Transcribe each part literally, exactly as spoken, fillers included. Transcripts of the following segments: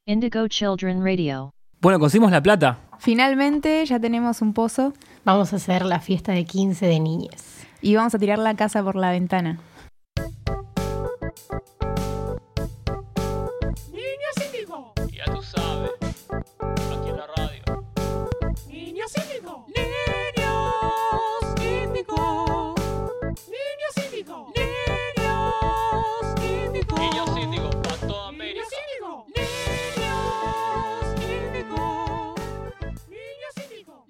Indigo Children Radio. Bueno, conseguimos la plata. Finalmente ya tenemos un pozo. Vamos a hacer la fiesta de quince de niñas. Y vamos a tirar la casa por la ventana. Niños Índigo. Ya tú sabes, aquí en la radio. Niños Índigo. Niños Índigo. Niños Índigo. Niños Índigo. Niños Índigo para toda América. Niños Índigo. Niños Índigo. Niños Índigo.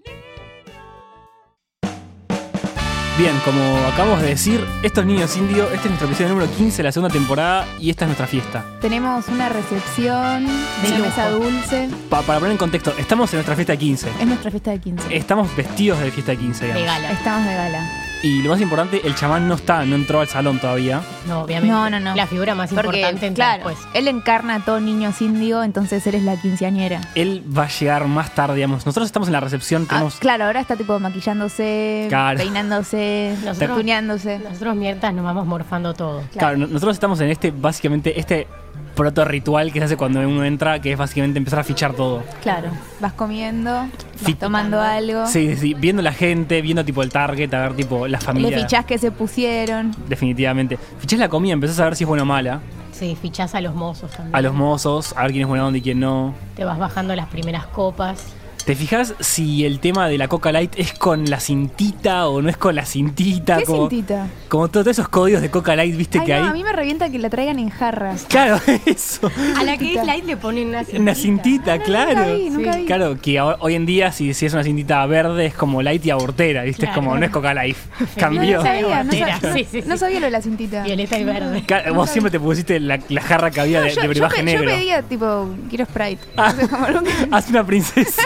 Bien, como acabamos de decir, esto es Niños Índigo, este es nuestro episodio número quince de la segunda temporada y esta es nuestra fiesta. Tenemos una recepción de lujo. mesa dulce. Pa- para poner en contexto, estamos en nuestra fiesta de quince. Es nuestra fiesta de quince. Estamos vestidos de fiesta de quince, digamos. De gala. Estamos de gala. Y lo más importante, el chamán no está, no entró al salón todavía. No, obviamente. No, no, no. La figura más Porque, importante entra claro, después. él encarna a todo niño índigo, entonces él es la quinceañera. Él va a llegar más tarde, digamos. Nosotros estamos en la recepción, Ah, tenemos... claro, ahora está tipo maquillándose, Claro. peinándose, Nosotros- tuneándose. Nosotros mierdas nos vamos morfando todo. Claro, no- nosotros estamos en este, básicamente, este proto ritual que se hace cuando uno entra, que es básicamente empezar a fichar todo. Claro, vas comiendo, vas Fi- tomando algo, Sí, sí, sí, viendo la gente, viendo tipo el target, a ver tipo la le familia. fichás que se pusieron. Definitivamente. Fichás la comida, empezás a ver si es buena o mala. Sí, fichás a los mozos también. A los mozos, a ver quién es buena onda y quién no. Te vas bajando las primeras copas. ¿Te fijas si el tema de la Coca Light es con la cintita o no es con la cintita? ¿Qué como, cintita? como todos esos códigos de Coca Light, ¿viste Ay, que no, hay? a mí me revienta que la traigan en jarras. Claro, eso. A la que es light le ponen una cintita. Una cintita, No, claro. Nunca vi, nunca Sí. vi. Claro, que ho- hoy en día si, si es una cintita verde es como light y abortera, ¿viste? Claro. Es como, no es Coca Life. No, Cambió. no sabía, no, Botera. sab- Sí, sí, sí. no sabía lo de la cintita. Violeta y verde. Ca- Vos siempre te pusiste la, la jarra que había No, de, yo, de yo brebaje pe- yo negro. pedía tipo, quiero Sprite. Ah. No sé, como nunca- Haz una princesa.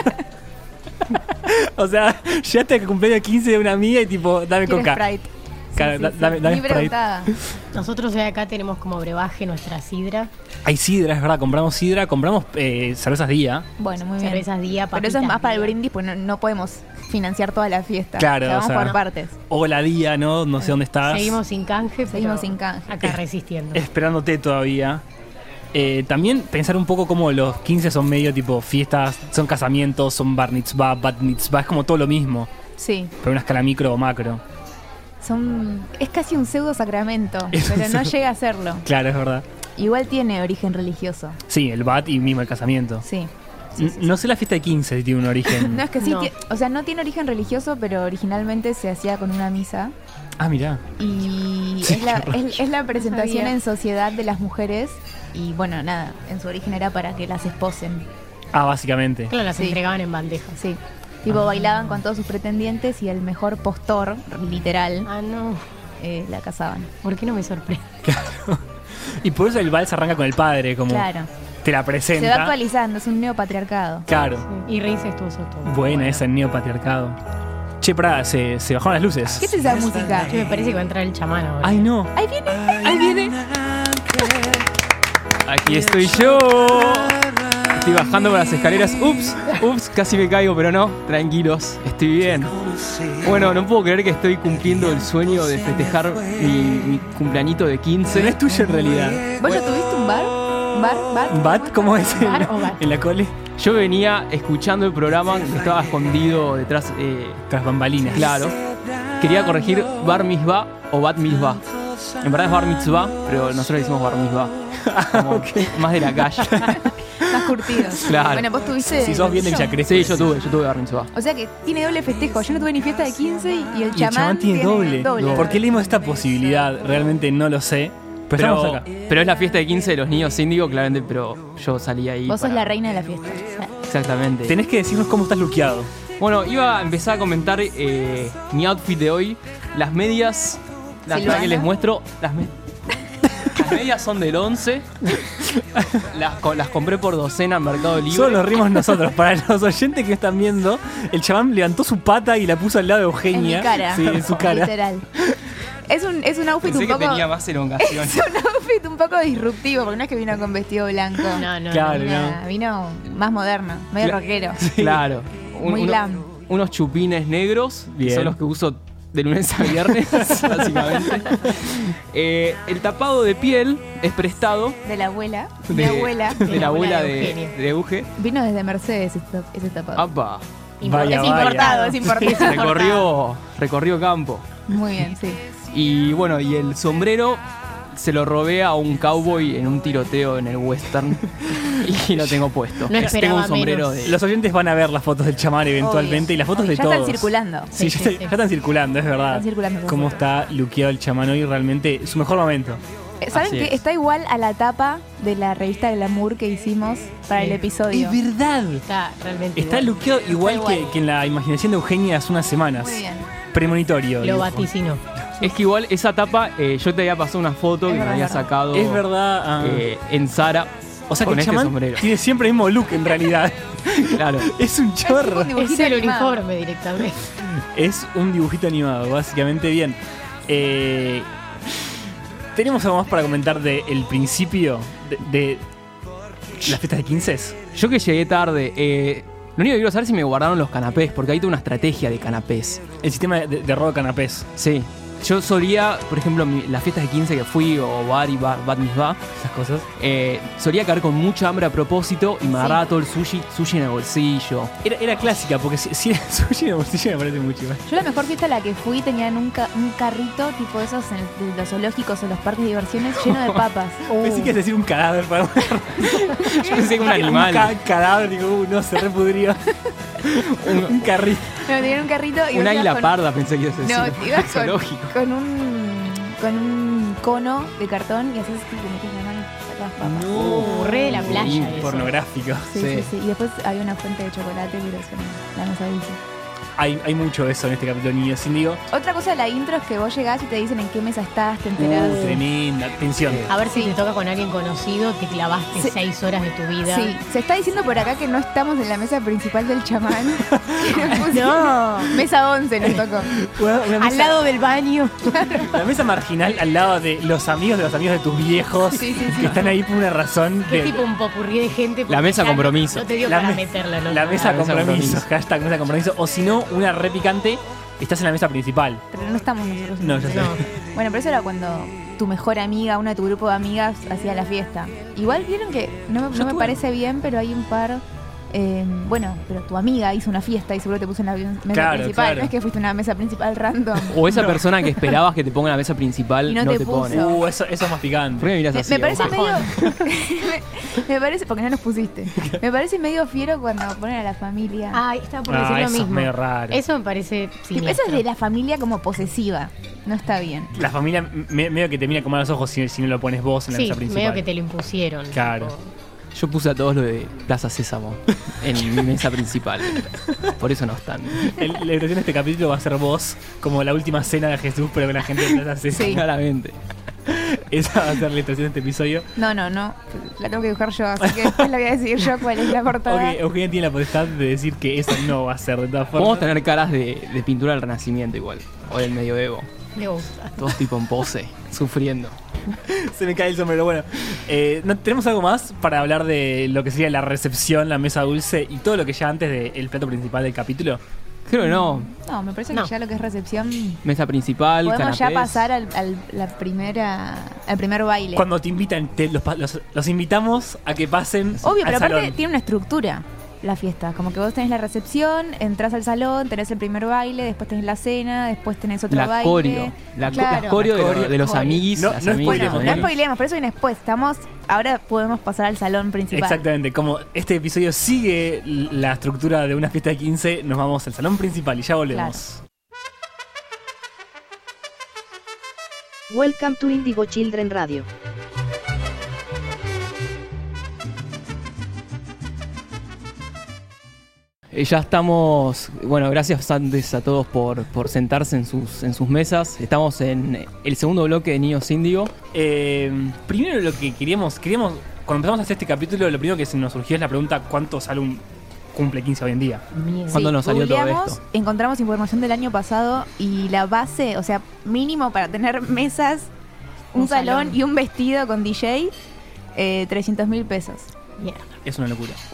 O sea, llegaste al cumpleaños quince de una amiga y tipo, dame quiero coca. Sprite. Claro, Sí, da- sí, sí. dame, dame Ni Sprite. preguntada. Nosotros hoy acá tenemos como brebaje nuestra sidra. Hay sidra, es verdad, compramos sidra, compramos eh, cervezas día. Bueno, muy bien. Cervezas día, Pero eso es papitas más para el día. brindis, pues no, no podemos financiar toda la fiesta. Claro, O sea, vamos o sea, por partes. O la día, ¿no? No sé dónde estás. Seguimos sin canje, Seguimos pero sin canje. acá resistiendo. Esperándote todavía. Eh, también pensar un poco como los quince son medio tipo fiestas, son casamientos, son bar mitzvah, bat mitzvah, es como todo lo mismo, Sí, pero una escala micro o macro. son es casi un pseudo sacramento, Es un pero no pseudo- llega a serlo. Claro, es verdad. Igual tiene origen religioso. Sí, el bat y mismo el casamiento. Sí. N- No sé la fiesta de quince si tiene un origen. No, es que sí, No. ti- o sea, no tiene origen religioso, pero originalmente se hacía con una misa. Ah, mirá. Y Sí, es, la, qué es, es la presentación Sabía. en sociedad de las mujeres. Y bueno, nada, en su origen era para que las esposen. Ah, básicamente. Claro, las Sí. entregaban en bandejas. Sí. Tipo, bailaban con todos sus pretendientes y el mejor postor, literal, Ah, no. eh, la casaban. ¿Por qué no me sorprende? Y por eso el vals arranca con el padre, como Claro. te la Se va presenta. actualizando, es un neopatriarcado. Claro. Y reincestuoso todo. Buena esa el neopatriarcado. Che, pará, se, se bajaron las luces. ¿Qué es esa música? Che, me parece que va a entrar el chamán ahora. Ay, no. Ahí viene. Ahí viene. Aquí estoy yo. Estoy bajando por las escaleras. Ups, ups, casi me caigo, pero no, tranquilos, estoy bien. Bueno, no puedo creer que estoy cumpliendo el sueño de festejar mi, mi cumpleañito de No quince. es tuyo en realidad. ¿Vos ya tuviste un bar? ¿Un bar? ¿Bar? ¿Bat? ¿Cómo es? En ¿Bar la, o bat? en la cole. Yo venía escuchando el programa, que estaba escondido detrás, eh, Tras bambalinas. claro. Quería corregir bar mitzvah o bat mitzvah. En verdad es bar mitzvah, pero nosotros le decimos bar mitzvah. Como más de la calle. Más curtidos. Claro. Bueno, vos tuviste. Si sos bien de Villa Crespo. Sí, yo tuve, yo tuve bar mitzvah. O sea que tiene doble festejo. Yo no tuve ni fiesta de quince y el Y el chamán, chamán tiene doble. doble. ¿Por qué leímos esta posibilidad? Realmente no lo sé. Pero, estamos Pero, acá. pero es la fiesta de quince de los niños índigo, claramente, pero yo salí ahí. Vos sos para- la reina de la fiesta. Exactamente. Tenés que decirnos cómo estás luqueado. Bueno, iba a empezar a comentar eh, mi outfit de hoy. Las medias, las Silvana. que les muestro, las, me- las medias son del once. Las, co- las compré por docena en Mercado Libre. Solo nos rimos nosotros. Para los oyentes que están viendo, el chamán levantó su pata y la puso al lado de Eugenia. En mi cara. Sí, en su cara. Literal. Es un, es un outfit Pensé un que poco. tenía más elongación. Es un outfit un poco disruptivo, porque no es que vino con vestido blanco. No, no, Claro. Vino, vino más moderno, medio Cla- rockero. Claro. Un- Muy uno- glam. unos chupines negros, que Bien. son los que uso de lunes a viernes, básicamente. Eh, el tapado de piel es prestado De la abuela. de, Mi abuela. de la abuela de de, Eugenia. de Euge. Vino desde Mercedes ese, tap- ese tapado. ¡Apa! Vaya, es vaya. importado, es importado. Recorrió, recorrió campo. Muy bien, sí. Y bueno, y el sombrero se lo robé a un cowboy en un tiroteo en el western y lo tengo puesto. No tengo esperaba un sombrero menos. de... Los oyentes van a ver las fotos del chamán eventualmente Obvio. y las fotos Obvio, de ya todos. están circulando. Sí, Sí, ya, sí, está- sí. ya están circulando, es verdad. Están circulando esas Cómo fotos. está luqueado el chamán hoy, realmente su mejor momento. Eh, ¿Saben Así qué? es. Está igual a la tapa de la revista Glamour que hicimos para Sí. el episodio. verdad. Está realmente Está igual. luqueado igual, igual. Que, que en la imaginación de Eugenia hace unas semanas. Muy bien. Premonitorio. Lo dibujo. vaticinó. Es que igual esa tapa, eh, yo te había pasado una foto Es que me verdad, había es verdad. sacado Es verdad. ah. eh, en Zara. o sea que con el este chamán sombrero. tiene siempre el mismo look en realidad. Claro. Es un chorro. un dibujito Es el animado. uniforme directamente. Es un dibujito animado, básicamente. Bien. Eh, ¿Tenemos algo más para comentar del principio de, de las fiestas de quince? Yo que llegué tarde, eh, lo único que quiero saber es si me guardaron los canapés, porque hay toda una estrategia de canapés. El sistema de, de robo de canapés. Sí. Yo solía, por ejemplo, mi- las fiestas de quince que fui, o bar y bar, bat mitzvah, Esas cosas. eh, solía caer con mucha hambre a propósito y me agarraba todo el sushi, sushi en el bolsillo. Era, era clásica, porque si, si era sushi en el bolsillo me parece mucho. igual. Yo la mejor fiesta a la que fui tenían un, ca- un carrito tipo esos en el- de los zoológicos o los parques de diversiones lleno de papas. Pensé que es decir un cadáver para Yo pensé que un animal. ca- cadáver, digo, uh, no, se repudrió. un, un carrito. Pero tenían un carrito y Un vos ibas águila con- parda pensé que ibas a decir. No, ibas con, Zoológico. con un con un cono de cartón y haces así, te metías la mano y sacabas papas. Uh, re de la playa. Y eso. pornográfico. Sí, Sí. sí, sí. Y después había una fuente de chocolate, pero eso no, la mesa dulce. Hay, hay mucho de eso en este capítulo, niños Índigo. Otra cosa de la intro es que vos llegás y te dicen en qué mesa estás, te enterás. Uh, tremenda. Atención. A ver si Sí. te toca con alguien conocido, te clavaste Sí. seis horas de tu vida. Sí, se está diciendo por acá que no estamos en la mesa principal del chamán. No. Mesa once nos tocó. Una- una Al mesa- lado del baño. La mesa marginal al lado de los amigos de los amigos de tus viejos Sí, sí, sí. que están ahí por una razón. Que de- es tipo un popurrí de gente. porque La mesa ya no- compromiso. No te dio La para me- meterla, ¿no? La mesa La mesa compromiso. compromiso. Hashtag mesa compromiso. O si no, una re picante, estás en la mesa principal. Pero no estamos nosotros. No, ya sé. No. Bueno, pero eso era cuando tu mejor amiga, una de tu grupo de amigas, hacía la fiesta. Igual vieron que no, me- Yo no me tuve- parece bien, pero hay un par. eh, bueno, pero tu amiga hizo una fiesta y seguro te puso en la mesa Claro, principal. claro. No es que fuiste a una mesa principal random. O esa persona que esperabas que te ponga en la mesa principal Y no, no te, te puso. pone. Uh, eso, eso es más ¿Por picante. qué me miras Me, así? me parece vos? medio. me, me parece. Porque no nos pusiste. Me parece medio fiero cuando ponen a la familia. Ah, estaba por Ah, decir lo eso es mismo. medio raro. Eso me parece Tipo, siniestro. eso es de la familia como posesiva. No está bien. La familia me- medio que te mira con malos ojos si, si no lo pones vos en la Sí, mesa principal. medio que te lo impusieron. Claro. tipo, Yo puse a todos lo de Plaza Sésamo en mi mesa principal. Por eso no están. El- la ilustración de este capítulo va a ser vos, como la última cena de Jesús, pero con la gente de Plaza Sésamo. Sí. Claramente. Esa va a ser la ilustración de este episodio. No, no, no. La tengo que dibujar yo, así que después la voy a decir yo cuál es la portada. Ok, Eugenia tiene la potestad de decir que eso no va a ser de todas formas. Podemos tener caras de, de pintura del Renacimiento igual. O del medioevo. me gusta. Todos tipo en pose, sufriendo. Se me cae el sombrero. Bueno, eh, ¿no, ¿tenemos algo más para hablar de lo que sería la recepción, la mesa dulce y todo lo que ya antes del plato principal del capítulo? Creo que no. No, me parece No. que ya lo que es recepción. Mesa principal, Podemos ya canapés. pasar al, al- la primera, al primer baile. Cuando te invitan, te- los, pa- los- los invitamos a que pasen Obvio, al pero aparte salón. tiene una estructura la fiesta. Como que vos tenés la recepción, entras al salón, tenés el primer baile, después tenés la cena, después tenés otro La baile. coreo. La, co- Claro. la coreo de, La lo- coreo. de los Coreo. amiguis. No, las no amiguis, Bueno, los no amiguis. spoileemos, pero eso viene después. Estamos, ahora podemos pasar al salón principal. Exactamente, como este episodio sigue la estructura de una fiesta de quince, nos vamos al salón principal y ya volvemos. Welcome to Indigo Children Radio. Eh, ya estamos, bueno, gracias antes a todos por, por sentarse en sus, en sus mesas. Estamos en el segundo bloque de Niños Índigo. Eh, primero lo que queríamos, queríamos, cuando empezamos a hacer este capítulo, lo primero que se nos surgió es la pregunta: ¿cuánto sale un cumple quince hoy en día? Miedo. ¿Cuándo nos salió todo googleamos, esto? encontramos información del año pasado y la base, o sea, mínimo para tener mesas, un, Un salón, salón. y un vestido con D J, eh, trescientos mil pesos. Mierda. Es una locura.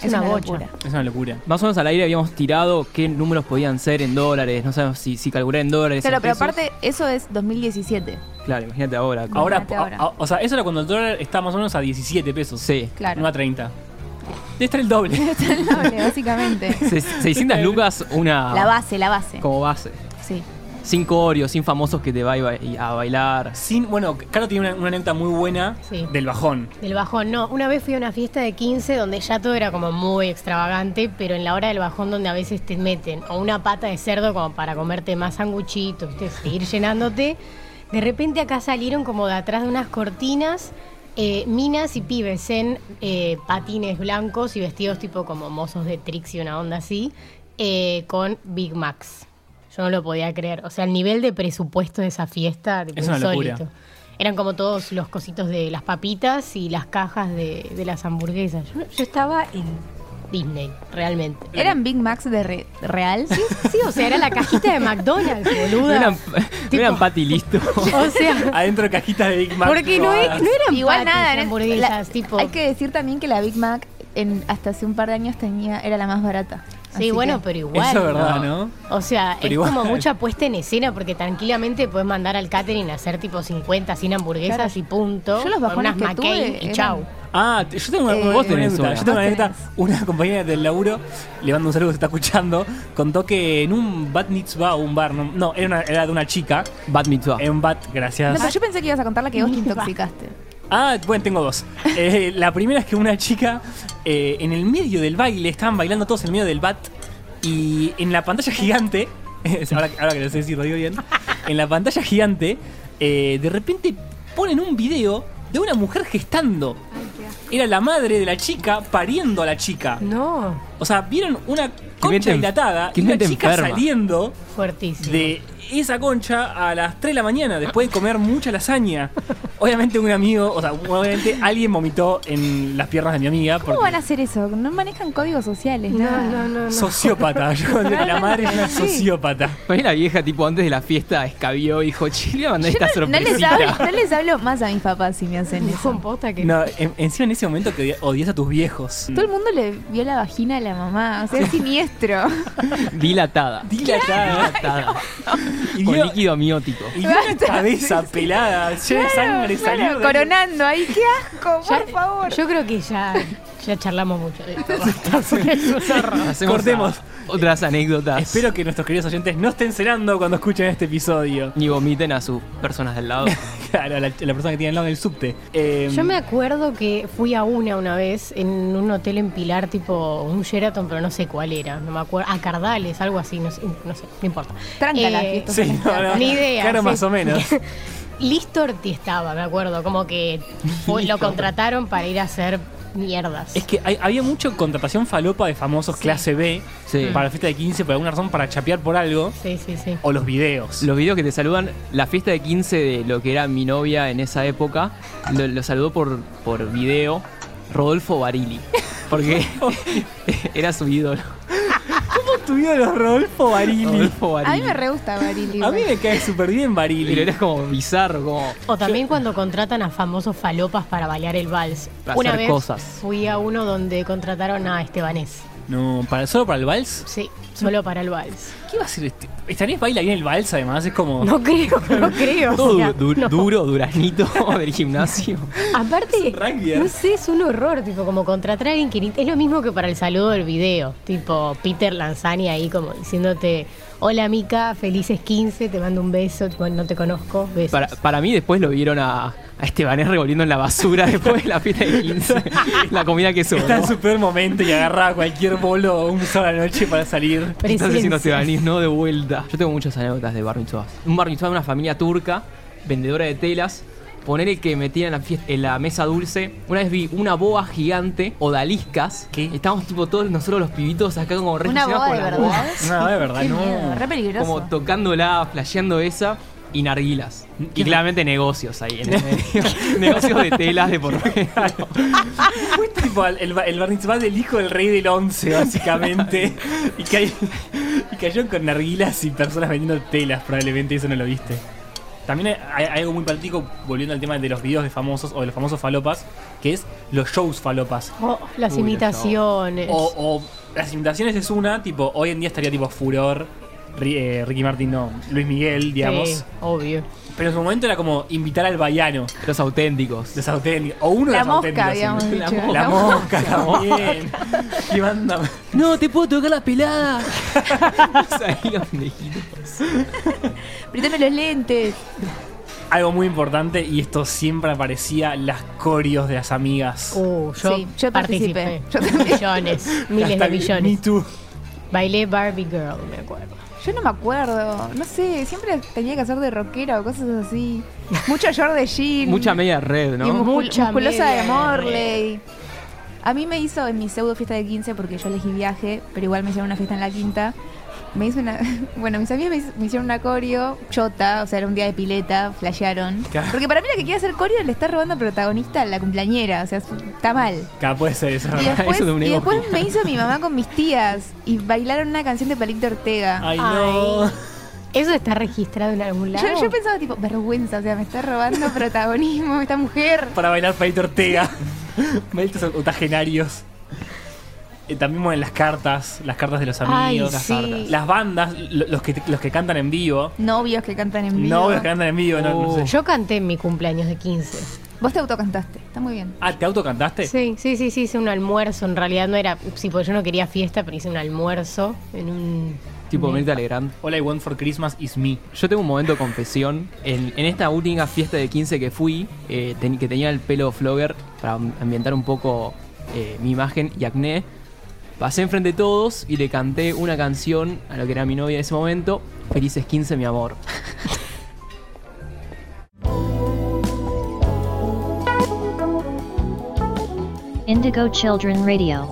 Es una una bocha. locura. Es una locura. Más o menos al aire habíamos tirado qué números podían ser en dólares. No sabemos si, si calcular en dólares. Claro, en pero pesos. aparte, eso es dos mil diecisiete. Claro, imagínate ahora. No. Ahora, Imagínate ahora. a- a- o sea, eso era cuando el dólar estaba más o menos a diecisiete pesos. Sí. Claro. No a treinta. Debe estar el doble. Está el doble, básicamente. Se- seiscientas lucas una. La base, la base. Como base. Sí. Sin coreos, sin famosos que te va a ba- a bailar. Sin, bueno, Caro tiene una, una anécdota muy buena Sí. del bajón. Del bajón, no. Una vez fui a una fiesta de quince donde ya todo era como muy extravagante, pero en la hora del bajón donde a veces te meten o una pata de cerdo como para comerte más sanguchitos, ¿viste? Seguir llenándote. De repente acá salieron como de atrás de unas cortinas eh, minas y pibes en eh, patines blancos y vestidos tipo como mozos de Trixie, una onda así, eh, con Big Macs. Yo no lo podía creer. O sea, el nivel de presupuesto de esa fiesta, tipo, Es una locura. insólito. Eran como todos los cositos de las papitas y las cajas de, de las hamburguesas. Yo, yo estaba en Disney, realmente. ¿Eran Big Macs de re- real? Sí, sí, o sea, era la cajita de McDonald's, No boluda. eran, no Tipo- eran patty listo. O sea, Adentro cajitas de Big Mac. porque no, es- robadas. no eran Igual patis, nada, en- hamburguesas, la- tipo... hay que decir también que la Big Mac en, hasta hace un par de años tenía era la más barata. Sí, Así bueno, que- pero igual. Eso es verdad, ¿no? O sea, Pero es igual. como mucha puesta en escena porque tranquilamente puedes mandar al catering a hacer tipo cincuenta, cien hamburguesas Claro. y punto. Yo los con bajones unas que tuve McCain y eran- chau. Ah, te- yo tengo una, Eh, una vos tenés anécdota. una. Yo tengo una Vos anécdota. tenés. Una compañera del laburo, le mando un saludo que se está escuchando, contó que en un bat mitzvah o un bar, no, no, era, una- era de una chica, Bat mitzvah. en un bat, No, gracias. pero yo pensé que ibas a contar la que vos te intoxicaste. Ah, bueno, tengo dos. Eh, la primera es que una chica, eh, en el medio del baile, estaban bailando todos en el medio del bat, y en la pantalla gigante, ahora, ahora que lo sé si lo digo bien, en la pantalla gigante, eh, de repente ponen un video de una mujer gestando. Era la madre de la chica pariendo a la chica. No, O sea, vieron una concha mente en- dilatada qué y una mente chica enferma. saliendo fuertísimo. de esa concha a las tres de la mañana después de comer mucha lasaña. Obviamente un amigo, o sea, obviamente alguien vomitó en las piernas de mi amiga ¿Cómo porque van a hacer eso? No manejan códigos sociales, No, nada. no, no, no. sociópata. Yo creo que la madre es una sociópata. Para mí la vieja, tipo, antes de la fiesta escabió y dijo, che, le voy a mandar esta No les, sorpresita. hablo, no les hablo más a mis papás si me hacen Con eso. posta que... No, en- encima en ese momento que odias a tus viejos. Todo el mundo le vio la vagina a la mamá, o sea, es siniestro. Dilatada. Dilatada. Dilatada. Y Con vio- líquido amniótico. Y una cabeza pelada, llena de sangre Claro, saliendo. coronando ahí, qué asco, Ya- por favor. Yo creo que ya, ya charlamos mucho de esto. Hacemos Cortemos. a- otras anécdotas. Espero que nuestros queridos oyentes no estén cenando cuando escuchen este episodio. Ni vomiten a sus personas del lado. Claro, la, la persona que tiene al lado del subte. Eh, Yo me acuerdo que fui a una una vez en un hotel en Pilar, tipo un Sheraton, pero no sé cuál era. No me acuerdo. A Cardales, algo así, no sé, no, sé, no importa. Tranca la Eh, fiesta. Sí, no, no. Ni idea. Claro, sí. más o menos. Listorti estaba, me acuerdo, como que fue- lo Listorti. contrataron para ir a hacer mierdas. Es que hay- había mucho contratación falopa de famosos Sí. clase B Sí. para la fiesta de quince por alguna razón, para chapear por algo. Sí, sí, sí. O los videos. Los videos que te saludan, la fiesta de quince de lo que era mi novia en esa época, lo, lo saludó por, por video Rodolfo Barili. Porque era su ídolo. Tu ídolo Rodolfo Barili. Rodolfo A Barili. mí me re gusta Barili. A mí igual. me cae súper bien Barili. Pero era como bizarro, como. O también cuando contratan a famosos falopas para bailar el vals. Para Una hacer vez cosas. fui a uno donde contrataron a Estebanés. No, para, ¿solo para el vals? Sí, solo para el vals. ¿Qué va a hacer este? ¿Estarías baila bien el vals además? Es como... No creo, no creo. Todo o sea, du- no. duro, duraznito del gimnasio. Aparte, rugbyer. no sé, es un horror, tipo, como contratar a alguien que ni- es lo mismo que para el saludo del video, tipo Peter Lanzani ahí como diciéndote, hola Mica, felices quince, te mando un beso, tipo, no te conozco, besos. Para, para mí después lo vieron a, a Estebanés revolviendo en la basura después de la fiesta de quince. La comida que sobró. Está en su peor momento y agarraba cualquier bolo un sábado a la noche para salir. ¿Qué estás Presencia. haciendo Estebanís? No, de vuelta. Yo tengo muchas anécdotas de bar mitzvahs. Un bar mitzvah de una familia turca, vendedora de telas. Poner el que metían en la, fiesta, en la mesa dulce. Una vez vi una boa gigante, odaliscas. ¿Qué? Estábamos tipo todos nosotros los pibitos acá como re Una fascinados boda con de las verdad. boas. No, de verdad, Qué no. miedo, re peligroso. Como tocándola, flasheando esa. Y narguilas. ¿Qué? Y claramente negocios ahí en el medio. Negocios de telas de por medio. Fue tipo el, el, el bar mitzvah del hijo del rey del once, básicamente. y, cay- y cayó con narguilas y personas vendiendo telas, probablemente, eso no lo viste. También hay, hay algo muy práctico, volviendo al tema de los videos de famosos o de los famosos falopas, que es los shows falopas. Oh, las Uy, imitaciones. O, o las imitaciones es una, tipo, hoy en día estaría tipo furor, Ri- eh, Ricky Martin no, Luis Miguel, digamos. Sí, obvio. Pero en su momento era como invitar al baiano, Los auténticos. los auténticos, o uno de La los mosca, auténticos. habíamos sí. dicho. La mosca también. Y manda- No, te puedo tocar la pelada. Ahí los pendejitos. Prítame los lentes. Algo muy importante, y esto siempre aparecía, las coreos de las amigas. Uh, yo, Sí, yo participé. participé. Yo también. Millones, miles Hasta de Me millones. Too. Bailé Barbie Girl, me acuerdo. Yo no me acuerdo. No sé, siempre tenía que hacer de rockera o cosas así. Mucho short de jean. Mucha media red, Y ¿no? muscul- Mucha musculosa media de Morley. A mí me hizo en mi pseudo fiesta de quince, porque yo elegí viaje, pero igual me hicieron una fiesta en la quinta. Me hizo una. Bueno, mis amigas me, hizo- me hicieron una coreo chota, o sea, era un día de pileta, flashearon. Claro. Porque para mí la que quiere hacer coreo le está robando protagonista a la cumpleañera, o sea, está mal. Acá puede ser eso. Y después, Eso de un y ego. después me hizo mi mamá con mis tías y bailaron una canción de Palito Ortega. Ay, no. Ay. ¿Eso está registrado en algún lado? Yo, yo pensaba, tipo, vergüenza, o sea, me está robando protagonismo esta mujer. Para bailar Palito Ortega. Malditos octogenarios. Eh, también mueven las cartas, las cartas de los Ay, amigos, las, sí. cartas. Las bandas, lo- los que, los que cantan en vivo. Novios que cantan en vivo. No, los que cantan en vivo, no, no sé. Yo canté en mi cumpleaños de quince. Vos te autocantaste, está muy bien. Ah, ¿te autocantaste? Sí, sí, sí, sí, hice un almuerzo. En realidad no era. Sí, porque yo no quería fiesta, pero hice un almuerzo en un. Tipo Mirta Legrand. All I Want for Christmas is Me. Yo tengo un momento de confesión. En, en esta última fiesta de quince que fui, eh, ten- que tenía el pelo flogger para ambientar un poco eh, mi imagen y acné, pasé enfrente de todos y le canté una canción a lo que era mi novia en ese momento. Felices quince, mi amor. Indigo Children Radio.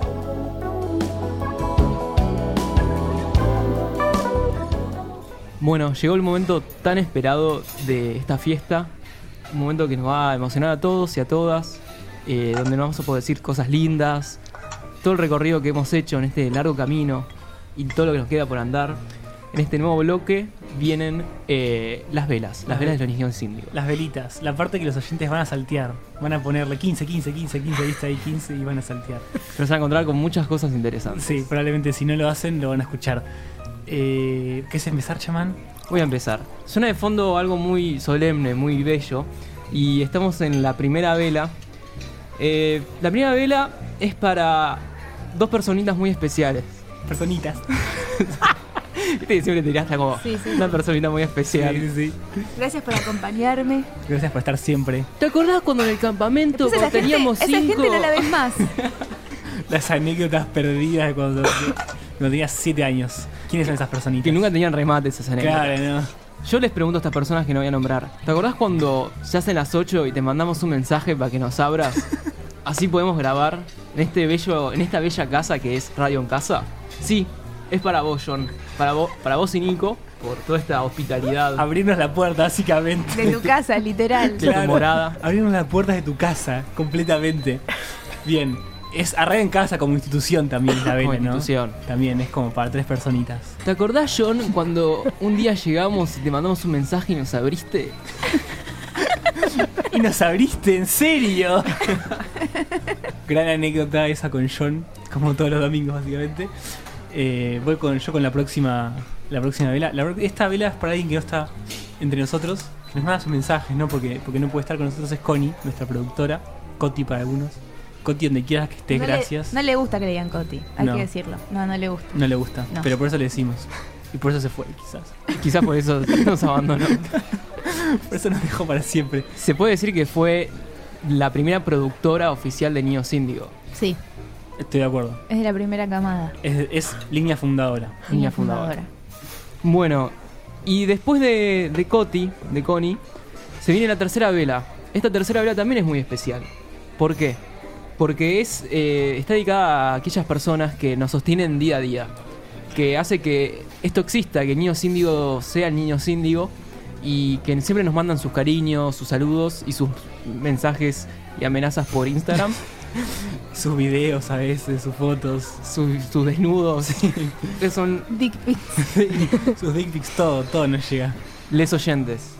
Bueno, llegó el momento tan esperado de esta fiesta. Un momento que nos va a emocionar a todos y a todas. eh, donde nos vamos a poder decir cosas lindas. Todo el recorrido que hemos hecho en este largo camino. Y todo lo que nos queda por andar. En este nuevo bloque vienen eh, las velas. Las velas de los niños índigos. Las velitas, la parte que los oyentes van a saltear. Van a ponerle quince, quince, quince, quince, viste ahí quince y van a saltear. Pero se van a encontrar con muchas cosas interesantes. Sí, probablemente si no lo hacen lo van a escuchar. Eh, ¿Qué es empezar, chamán? Voy a empezar. Suena de fondo algo muy solemne, muy bello. Y estamos en la primera vela. Eh, la primera vela es para dos personitas muy especiales. Personitas. Viste que siempre te tiraste como Sí, sí. una personita muy Sí, especial. sí, sí. Gracias por acompañarme. Gracias por estar siempre. ¿Te acordás cuando en el campamento Entonces, cuando esa gente, teníamos esa cinco? gente no la ves más. Las anécdotas perdidas de cuando, cuando tenías siete años. ¿Quiénes son esas personitas? Que nunca tenían remates esas anécdotas. Claro, no. Yo les pregunto a estas personas que no voy a nombrar. ¿Te acordás cuando se hacen las ocho y te mandamos un mensaje para que nos abras? Así podemos grabar en este bello, en esta bella casa que es Radio en Casa. Sí, es para vos, John. Para vos, para vos y Nico, por toda esta hospitalidad. Abrirnos la puerta, básicamente. De tu casa, literal. De tu morada. Abrirnos las puertas de tu casa, completamente. Bien. Es Arraiga en Casa como institución también, la vela, Como ¿no? institución. También es como para tres personitas. ¿Te acordás, John, cuando un día llegamos y te mandamos un mensaje y nos abriste? Y nos abriste, ¿en serio? Gran anécdota esa con John, como todos los domingos básicamente. Eh, voy con yo con la próxima la próxima vela. La pro- esta vela es para alguien que no está entre nosotros, que nos manda sus mensajes, ¿no? Porque, porque no puede estar con nosotros, es Connie, nuestra productora. Coti para algunos. Coti, donde quieras que estés, no gracias. Le, no le gusta que le digan Coti, hay No. que decirlo. No, no le gusta. No le gusta, No. pero por eso le decimos. Y por eso se fue, quizás. Quizás por eso nos abandonó. Por eso nos dejó para siempre. Se puede decir que fue la primera productora oficial de Niños Índigo. Sí, Estoy de acuerdo. es de la primera camada. Es, es línea fundadora. Niña fundadora. Bueno, y después de, de Coti, de Connie, se viene la tercera vela. Esta tercera vela también es muy especial. ¿Por qué? Porque es eh, está dedicada a aquellas personas que nos sostienen día a día. Que hace que esto exista, que Niños Índigo sea el Niños Índigo. Y que siempre nos mandan sus cariños, sus saludos y sus mensajes y amenazas por Instagram. Sus videos a veces, sus fotos, sus, sus desnudos. Que son Dick pics. sus dick pics, todo, todo nos llega. les oyentes.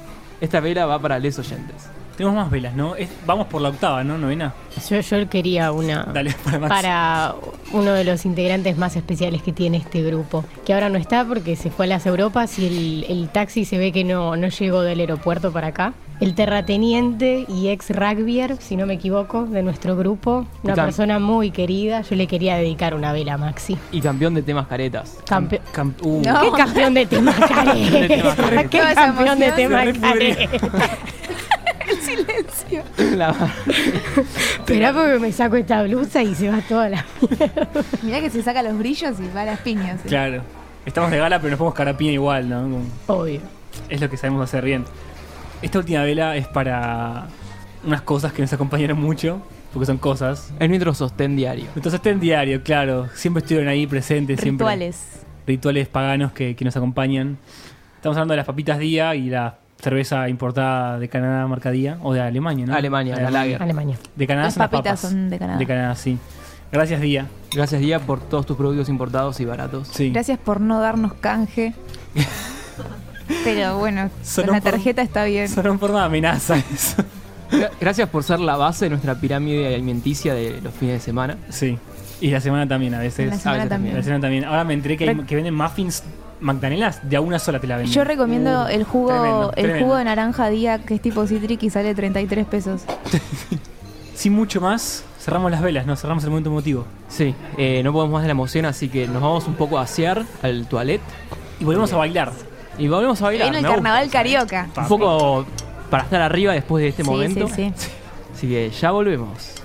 Esta vela va para les oyentes. Tenemos más velas, ¿no? Es- vamos por la octava, ¿no? Novena. Yo, yo quería una Dale, para Max. para uno de los integrantes más especiales que tiene este grupo, que ahora no está porque se fue a las Europas y el, el taxi se ve que no, no llegó del aeropuerto para acá. El terrateniente y ex rugbyer, si no me equivoco, de nuestro grupo, una Y tam- persona muy querida. Yo le quería dedicar una vela a Maxi. Y campeón de temas caretas. Campe- Cam- uh, No. ¿Qué campeón de temas De temas careta? ¿Qué Toda esa campeón de emoción. temas Se repudrió. careta? Silencio. La- Esperá porque me saco esta blusa y se va toda la mierda. Mirá que se saca los brillos y va a las piñas. ¿eh? Claro. Estamos de gala, pero nos ponemos carapina igual, ¿no? Como- Obvio. es lo que sabemos hacer bien. Esta última vela es para unas cosas que nos acompañaron mucho, porque son cosas. Es nuestro sostén diario. Entonces está en diario, claro. Siempre estuvieron ahí presentes. Siempre Rituales. Rituales paganos que, que nos acompañan. Estamos hablando de las papitas Día y la cerveza importada de Canadá, marca Día, o de Alemania, ¿no? Alemania, la Lager. Alemania. De Canadá Las son las papitas papas. son de Canadá. De Canadá, sí. Gracias, Día. Gracias, Día, por todos tus productos importados y baratos. Sí. Gracias por no darnos canje. Pero bueno, Sonó con la por- tarjeta está bien. Son en forma de amenaza eso. Gra- Gracias por ser la base de nuestra pirámide alimenticia de los fines de semana. Sí. Y la semana también, a veces. La semana veces también. La semana también. Ahora me enteré que, hay- Re- que venden muffins magdanelas, de a una sola te la venden. Yo recomiendo Uh, el jugo tremendo, el tremendo. jugo de naranja día que es tipo Citric y sale treinta y tres pesos. Sin mucho más, cerramos las velas, ¿no? Cerramos el momento emotivo. Sí, eh, no podemos más de la emoción, así que nos vamos un poco a asear al toilet Y volvemos a bailar. y volvemos a bailar. Viene el me gusta. carnaval carioca. Un poco para estar arriba después de este Sí, momento. sí, sí. Así que ya volvemos.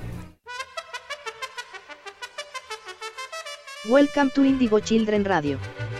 Welcome to Indigo Children Radio.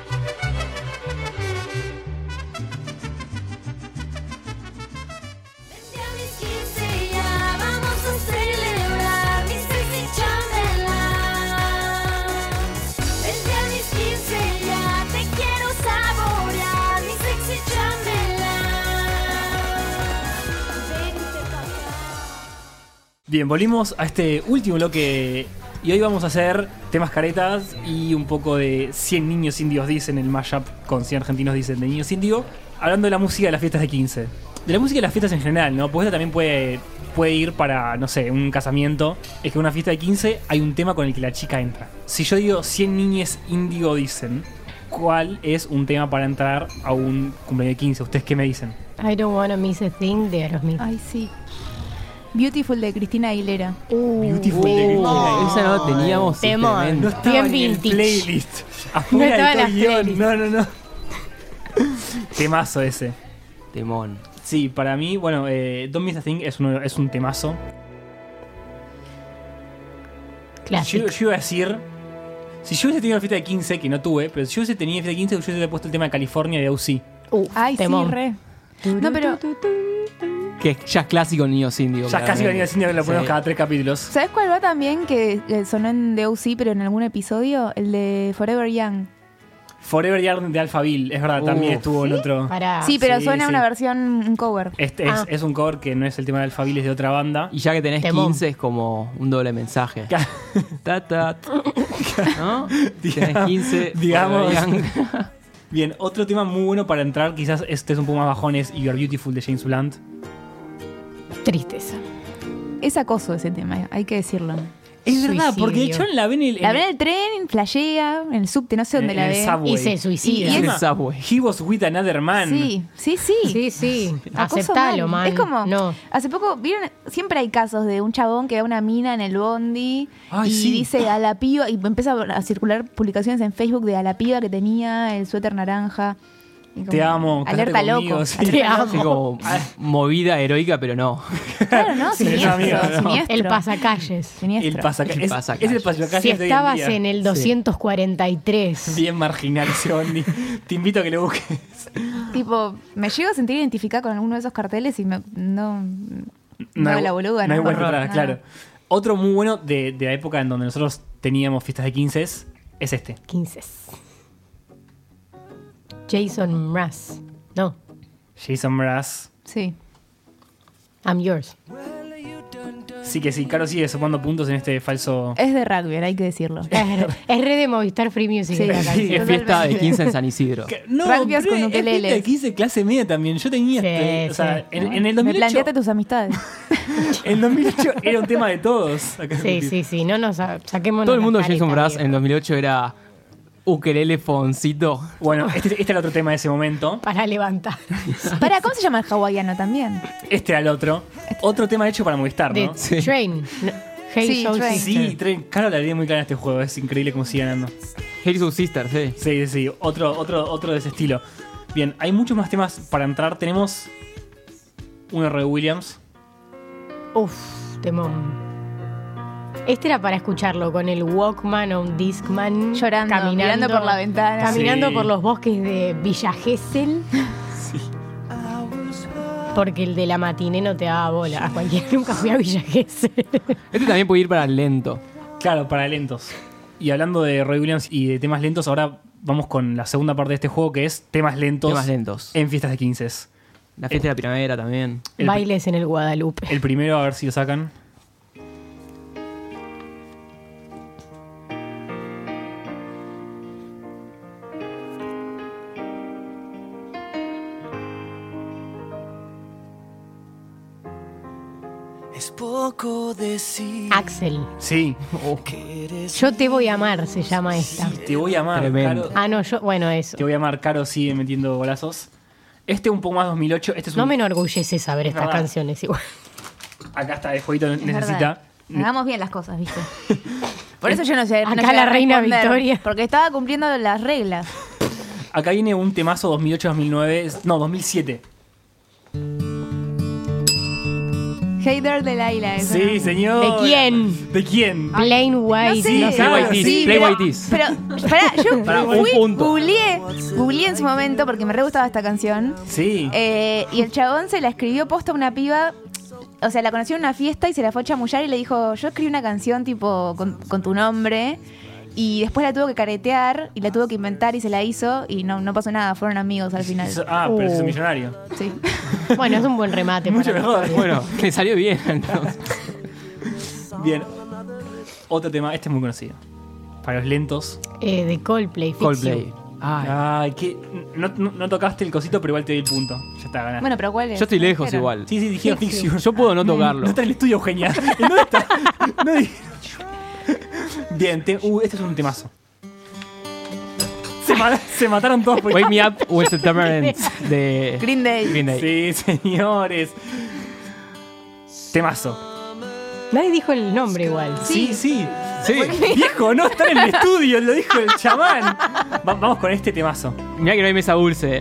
Vente a mis quince ya, vamos a celebrar mi sexy chambelán. Vente a mis quince ya, te quiero saborear mi sexy chambelán. Vente pa' acá. Bien, volvimos a este último bloque. Y hoy vamos a hacer temas caretas y un poco de cien niños indios dicen, el mashup con cien argentinos dicen de niños indios. Hablando de la música de las fiestas de quince. De la música de las fiestas en general, ¿no? Porque esta también puede, puede ir para, no sé, un casamiento. Es que en una fiesta de quince hay un tema con el que la chica entra. Si yo digo cien niños indio dicen, ¿cuál es un tema para entrar a un cumpleaños de quince? ¿Ustedes qué me dicen? I don't wanna miss a thing de Aerosmith. Ay, sí. Beautiful de Cristina Aguilera. Beautiful de Cristina Oh, esa no la teníamos. y Temón. tremendo. No estaba Bien ni en el vintage. playlist. No Afuera estaba de en todo las guión. playlists. No, no, no. Temazo ese. Temón. Sí, para mí, bueno, eh, Don't Miss a Thing es, uno, es un temazo. Clásico. Yo, yo iba a decir, si yo hubiese tenido una fiesta de quince, que no tuve, pero si yo hubiese tenido fiesta de quince, yo hubiese puesto el tema de California de A U C. Uh, Ay, temón. sí, re. No, pero Que ya es clásico en Niños Indios. Ya casi venía diciendo que lo ponemos Sí. cada tres capítulos. ¿sabes cuál va también que eh, sonó en The O C pero en algún episodio? El de Forever Young. Forever Young de Alphaville, es verdad, Uh, también estuvo en otro. Pará. sí, pero sí, suena sí. una versión, un cover. Este Ah. es, es un cover que no es el tema de Alphaville, es de otra banda. Y ya que tenés Temón. quince es como un doble mensaje. Ta, ta, ¿no? Digamos- Tenés quince. digamos- Young. Bien, otro tema muy bueno para entrar, quizás este es un poco más bajón, es You Are Beautiful de James Blunt. Tristeza. Es acoso ese tema, hay que decirlo. Es verdad, Suicidio. porque el chabón la ve en el. La en ve en el tren, flashea, en el subte, no sé dónde en la el ve. subway. Y se suicida. Y- y En es- el subway. He was with another man. Sí, sí, sí. Sí, sí. Acoso Aceptalo, mal. man. Es como, No. hace poco, ¿vieron? Siempre hay casos de un chabón que ve a una mina en el bondi Ay, y sí. dice a la piba, y empieza a circular publicaciones en Facebook de a la piba que tenía el suéter naranja. Y como, Te amo, casate Alerta conmigo, loco. sí. alerta Te loco. amo. Así como movida heroica, pero no. Claro, ¿no? Sí, Siniestro, amigo, no. siniestro. El pasacalles. Siniestro. El pasaca- El es, pasacalles. es el pasacalles Si de hoy en estabas día. en el doscientos cuarenta y tres. Bien marginal, Johnny. Te invito a que lo busques. Tipo, me llego a sentir identificada con alguno de esos carteles y me, no... No, hay- la boluda, no hay no. vuelta No, atrás, no. claro. Otro muy bueno de, de la época en donde nosotros teníamos fiestas de quince es este. quince. Jason Mraz. No, Jason Mraz. Sí. I'm yours. Sí que sí, Caro sigue sumando puntos en este falso. Es de rugby, hay que decirlo. Es, es re de Movistar Free Music Sí. esta canción. Es fiesta de quince en San Isidro. Que- No, Rugbyas pero con es ukeleles. fiesta de quince clase media también. Yo tenía Sí, este, o sea, sí. en, en el Me dos mil ocho, planteaste tus amistades. en dos mil ocho era un tema de todos. Acá Sí, sí, sí, no nos sa- saquemos Todo el mundo las Jason caretas, Mraz viejo. en dos mil ocho era ukelele foncito. Bueno, este, este era el otro tema de ese momento. Para levantar. Para, ¿cómo se llama el hawaiano también? Este era el otro. Otro tema hecho para Movistar, De ¿no? Sí. Train. No, Hey Sí, Soul Train. Sister. Sí, Tren, Caro la idea muy clara en este juego. Es increíble cómo sigue ganando. Hey Soul Sister, sí. Sí, sí, sí. Otro, otro, otro de ese estilo. Bien, hay muchos más temas para entrar. Tenemos un R. Williams. Uf, temón. Este era para escucharlo con el Walkman o un Discman. Llorando, mirando por la ventana. Caminando Sí. por los bosques de Villa Gesell. Porque el de la matiné no te daba bola. A cualquiera nunca fui a Villa Gesell. Este también puede ir para el lento. Claro, para lentos. Y hablando de Roy Williams y de temas lentos, ahora vamos con la segunda parte de este juego que es temas lentos, Temas lentos. en fiestas de quince. La fiesta de la primavera también. El, Bailes en el Guadalupe. el primero, a ver si lo sacan. Es poco decir Axel. Sí. que eres Yo te voy a amar, se llama esta. Te voy a amar, Tremendo. Caro. Ah, no, yo, bueno, eso. Te voy a amar, Caro sigue metiendo golazos. Este un poco más dos mil ocho. Este es un, No me enorgullece saber Es estas verdad. canciones igual. Acá está, el jueguito Es necesita. verdad. Hagamos bien las cosas, ¿viste? Por eso yo no sé. no Acá llegué la a reina responder, Victoria. Porque estaba cumpliendo las reglas. Acá viene un temazo dos mil ocho dos mil nueve. No, dos mil siete. Hater de Laila. eso, Sí, ¿no? señor. ¿De quién? ¿De quién? Plain White. No sé. Sí, Play White Tees, Sí, Play pero- White Tees. Pero, pará, yo Pará, un fui, punto. googleé, googleé en su momento porque me re gustaba esta canción. Sí. Eh, y el chabón se la escribió posta a una piba. O sea, la conoció en una fiesta y se la fue a chamullar y le dijo: yo escribí una canción tipo con, con tu nombre. Y después la tuvo que caretear y la tuvo que inventar y se la hizo. Y no, no pasó nada, fueron amigos al final. Eso- ah, pero es Uh. un millonario. Sí. Bueno, es un buen remate. Mucho para mejor. Bueno, le salió bien entonces. Bien. Otro tema, este es muy conocido. Para los lentos. Eh, de Coldplay. Fix Coldplay. You. Ay, Ay, que no, no- no tocaste el cosito, pero igual te doy el punto. Ya está, ganaste. Bueno, pero ¿cuál es? yo estoy lejos Pero- igual. Sí, sí, dijeron Fix You. Yo puedo no tocarlo. No está en el estudio, Eugenia. ¿Dónde está? No di- Bien, te- uh, este es un temazo. Se, ma- se mataron todos por Wake Me Up When September Ends de Green Day. Green Day. Sí, señores. Temazo. Nadie dijo el nombre igual. Sí, sí. Sí. Viejo, no está en el estudio, lo dijo el chamán. Va- vamos con este temazo. Mirá que no hay mesa dulce.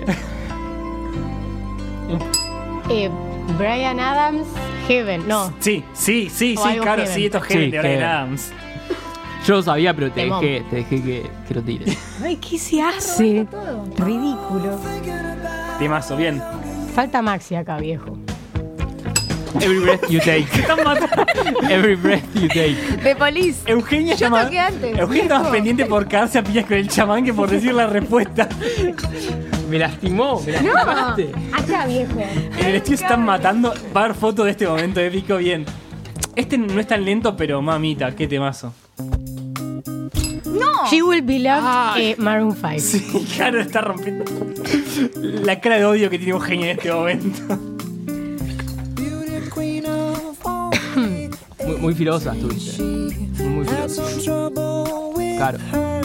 Eh, Brian Adams, Heaven. No. Sí, sí, sí, O sí, algo claro, Heaven. sí, esto es Heaven Sí, de Brian Heaven. Adams. Yo lo sabía, pero te Temón. dejé, te dejé que, que lo tires. Ay, ¿qué se hace? Ridículo. Temazo, bien. Falta Maxi acá, viejo. Every breath you take. Están matando. Every breath you take. The Police. Eugenia Yo está más- toqué antes, Eugenia está más viejo. pendiente por cagarse a pillas con el chamán que por decir la respuesta. Me lastimó, me lastimaste. Acá, viejo. En el estudio se están matando. Va a haber foto de este momento épico, bien. Este no es tan lento, pero mamita, qué temazo. She Will Be Loved, eh, Maroon cinco. Sí, claro, está rompiendo la cara de odio que tiene Eugenia en este momento. Muy, muy filosa estuviste. Muy, muy filosa. Claro.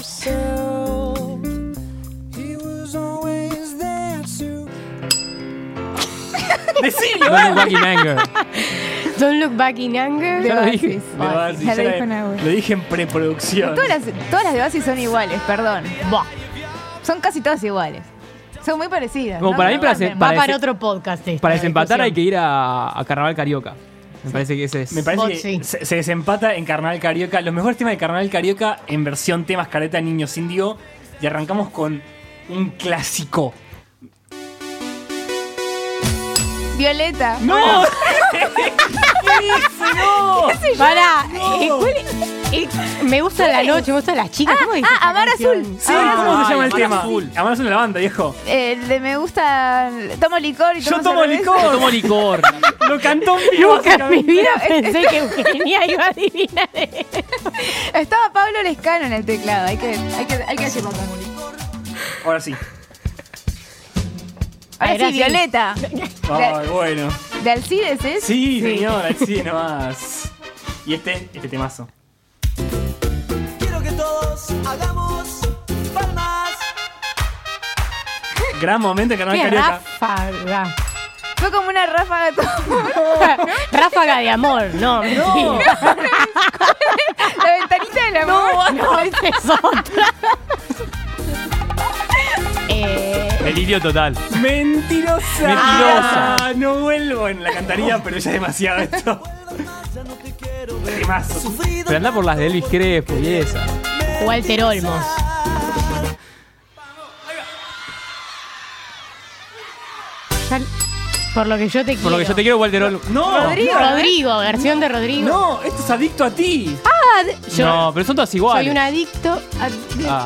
Decilo, Don't look back in anger. Don't Look Back in Anger. Ya lo dije. Oasis. De Oasis, Ya ya lo la- dijo Nahue. lo dije en preproducción. Todas las, todas las de Oasis son iguales, perdón. Buah. Son casi todas iguales. Son muy parecidas. Como ¿no? para No mí, para maten. hacer- Va Para para ese- otro podcast. esta Para desempatar hay discusión. que ir a, a Carnaval Carioca. Me parece que ese es. Me parece Bot, que sí. se, se desempata en Carnaval Carioca. Los mejores temas de Carnaval Carioca en versión temas careta niños índigo. Y arrancamos con un clásico. Violeta. ¡No! ¿Qué dice? ¡No! Pará, eh, ¿cuál es? Eh, me gusta la noche, me gustan las chicas. ¿Cómo dice ah, esta Amar canción? Azul. Sí, Ah, ¿cómo se llama el Amar tema? Azul. Amar Azul de la banda, viejo. Eh, de me gusta. Tomo licor y Yo tomo tomo cerveza. licor. Tomo licor. Lo cantó en vivo, Nunca en mi básicamente. vida pensé que Eugenia iba a adivinar esto. Estaba Pablo Lescano en el teclado. Hay que, hay que, hay que decirlo como. Ahora sí. Ahora Era sí, así. Violeta. Ay, bueno. ¿De Alcides es? Sí, señora, sí, nomás. Y este, este temazo. Quiero que todos hagamos palmas. Gran momento de Carnaval ¡Qué Carioca. ráfaga! Fue como una ráfaga todo. Ráfaga de amor, no, mentira. La ventanita del amor. No, esa es otra. eh, Delirio total. Mentirosa. Mentirosa. Ah, no vuelvo en la cantaría, pero ya es demasiado esto. Temazo. Pero anda por las de Elvis Crespo y esa. Walter Olmos. Ya- Por lo que yo te quiero. Por lo que yo te quiero, Walter Olmo. No, Rodrigo. Rodrigo, versión de Rodrigo. no, esto es adicto a ti. Ah, yo No, pero son todas iguales. soy un adicto a... Ah,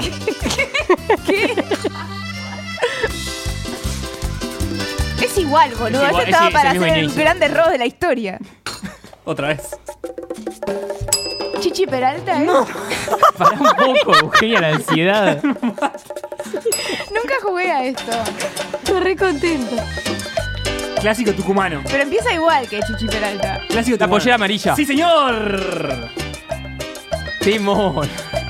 Es igual, boludo. Es igual, Esto es- estaba es para el mismo hacer el inicio. gran error de la historia. Otra vez. Chichi Peralta, ¿eh? para un poco, Eugenia, la ansiedad. Nunca jugué a esto. Estoy re contento. Clásico tucumano. Pero empieza igual que Chichi Peralta. Clásico La tucumano. pollera amarilla. Sí, señor. Timón.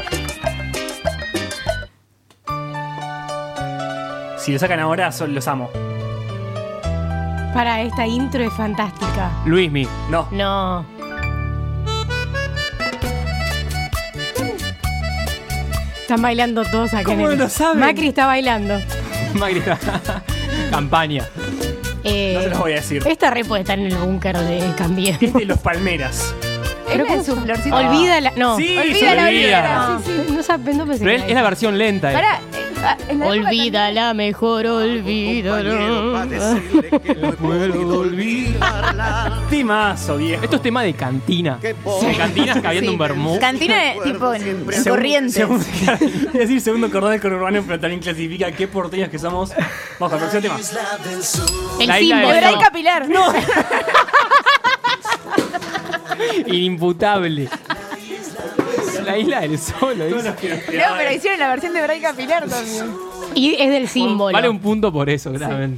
Si lo sacan ahora, son- los amo. Para, esta intro es fantástica. Luismi. No. No. Están bailando todos acá ¿Cómo en el... lo saben? Macri está bailando. Macri. Campaña. Eh, No se los voy a decir. Esta re puede estar en el búnker de Cambiemos. Es de los Palmeras. Es la de su florcita. Olvídala. No. Sí, Olvida se la olvida. olvidera. No, Sí, sí. no, sabe- no pensé Pero que es, era es la esa. versión lenta. eh. Pará, eh, ah, en la época Olvídala, mejor olvídala. Timazo, viejo. Esto es tema de cantina. De cantinas cabiendo un vermú. Cantina de- tipo en, en Segun- Corrientes. segun- es decir, segundo cordón del conurbano, pero también clasifica qué porteños que somos. Vamos al próximo tema. El La isla símbolo. del Hebraica Pilar. No. Inimputable. La isla del sol. ¿lo dice? No, pero hicieron la versión de Hebraica Pilar también. Y es del símbolo. Vale un punto por eso, claramente.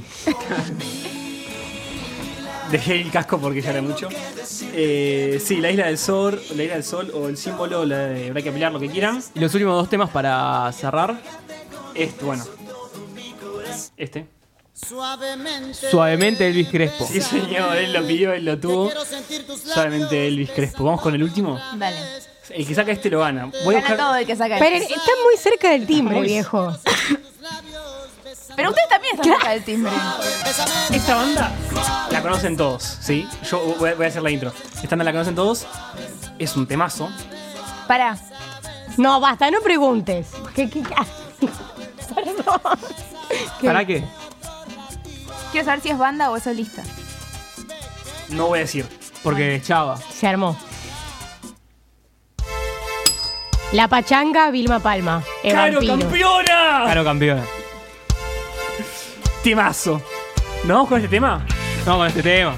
Dejé el casco porque ya era mucho. Eh, sí, la isla del sol, la isla del sol o el símbolo, la de Hebraica Pilar, lo que quieran. Y los últimos dos temas para cerrar. Este, bueno. Este. Suavemente Elvis Crespo. Sí, señor, él lo pidió, él lo tuvo. Solamente Elvis Crespo. Vamos con el último. Dale. El que saca este lo gana. Voy a Gana buscar. todo el que saca Pero esto. está muy cerca del timbre, Muy- viejo. Pero ustedes también están cerca del timbre. Esta banda la conocen todos, ¿sí? Yo voy a, voy a hacer la intro. Esta banda la conocen todos. Es un temazo. Pará. No, basta, no preguntes. ¿Qué, qué, Perdón. ¿Qué? ¿Para qué? Quiero saber si es banda o es solista. No voy a decir. Porque Chava. Se armó. La Pachanga, Vilma Palma. El ¡Caro vampiro. campeona! Claro, campeona. Temazo. ¿Nos vamos con este tema? Vamos con este tema.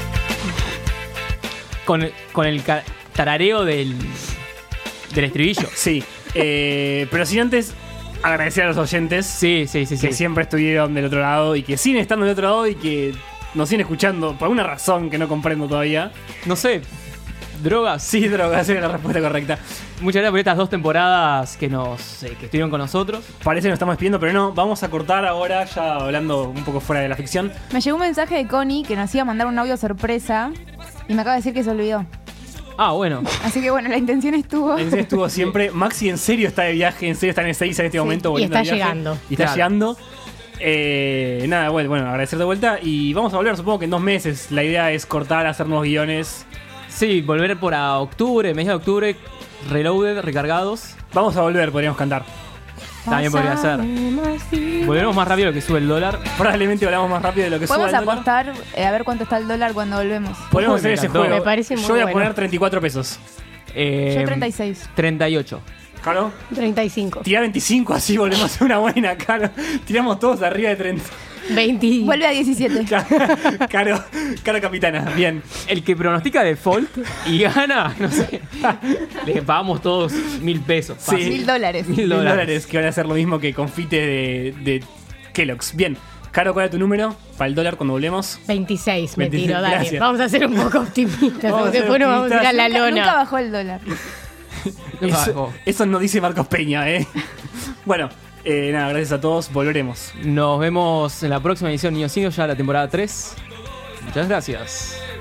Con, con el ca- tarareo del, del estribillo. Sí. Eh, pero sin antes agradecer a los oyentes Sí, sí, sí, que sí. siempre estuvieron del otro lado y que siguen estando del otro lado y que nos siguen escuchando por alguna razón que no comprendo todavía. No sé. Drogas. Sí, drogas, era la respuesta correcta. Muchas gracias por estas dos temporadas que nos eh, que estuvieron con nosotros. Parece que nos estamos despidiendo, pero no. Vamos a cortar ahora, ya hablando un poco fuera de la ficción. Me llegó un mensaje de Connie que nos iba a mandar un audio sorpresa y me acaba de decir que se olvidó. Ah, bueno. Así que bueno, la intención estuvo. En serio estuvo siempre. Maxi en serio está de viaje, en serio está en el seis en este momento. y volviendo está de viaje. llegando. Y está Claro. llegando. Eh, nada, bueno, bueno, agradecer de vuelta. Y vamos a volver, supongo que en dos meses. La idea es cortar, hacer nuevos guiones. Sí, volver por a octubre, mes de octubre, reloaded, recargados. Vamos a volver, podríamos cantar. También podría ser. Volveremos más rápido de lo que sube el dólar. Probablemente hablamos más rápido de lo que sube Podemos el dólar. apostar eh, a ver cuánto está el dólar cuando volvemos. Podemos Me hacer ese encantó. juego. Me parece muy Yo voy a bueno. poner treinta y cuatro pesos. Eh, Yo treinta y seis. treinta y ocho. ¿Caro? treinta y cinco. Tira veinticinco, así volvemos a una buena, Caro. Tiramos todos arriba de treinta. veinte. Vuelve a diecisiete. Caro, Caro capitana, bien. El que pronostica default y gana, no sé, le pagamos todos mil pesos. Sí. fácil. Mil dólares. Mil Mil dólares. dólares que van a hacer lo mismo que confite de, de Kellogg's. Bien. Caro, ¿cuál es tu número? Para el dólar cuando volvemos. veintiséis, me veintiséis, tiro, dale. gracias. Vamos a ser un poco optimistas, Vamos a porque ser después nos vamos a ir a la Nunca, lona. nunca bajó el dólar. Nunca Eso, bajó. eso no dice Marcos Peña, ¿eh? Bueno, eh, nada, gracias a todos. Volveremos. Nos vemos en la próxima edición Niños Indios, ya la temporada tres. Muchas gracias.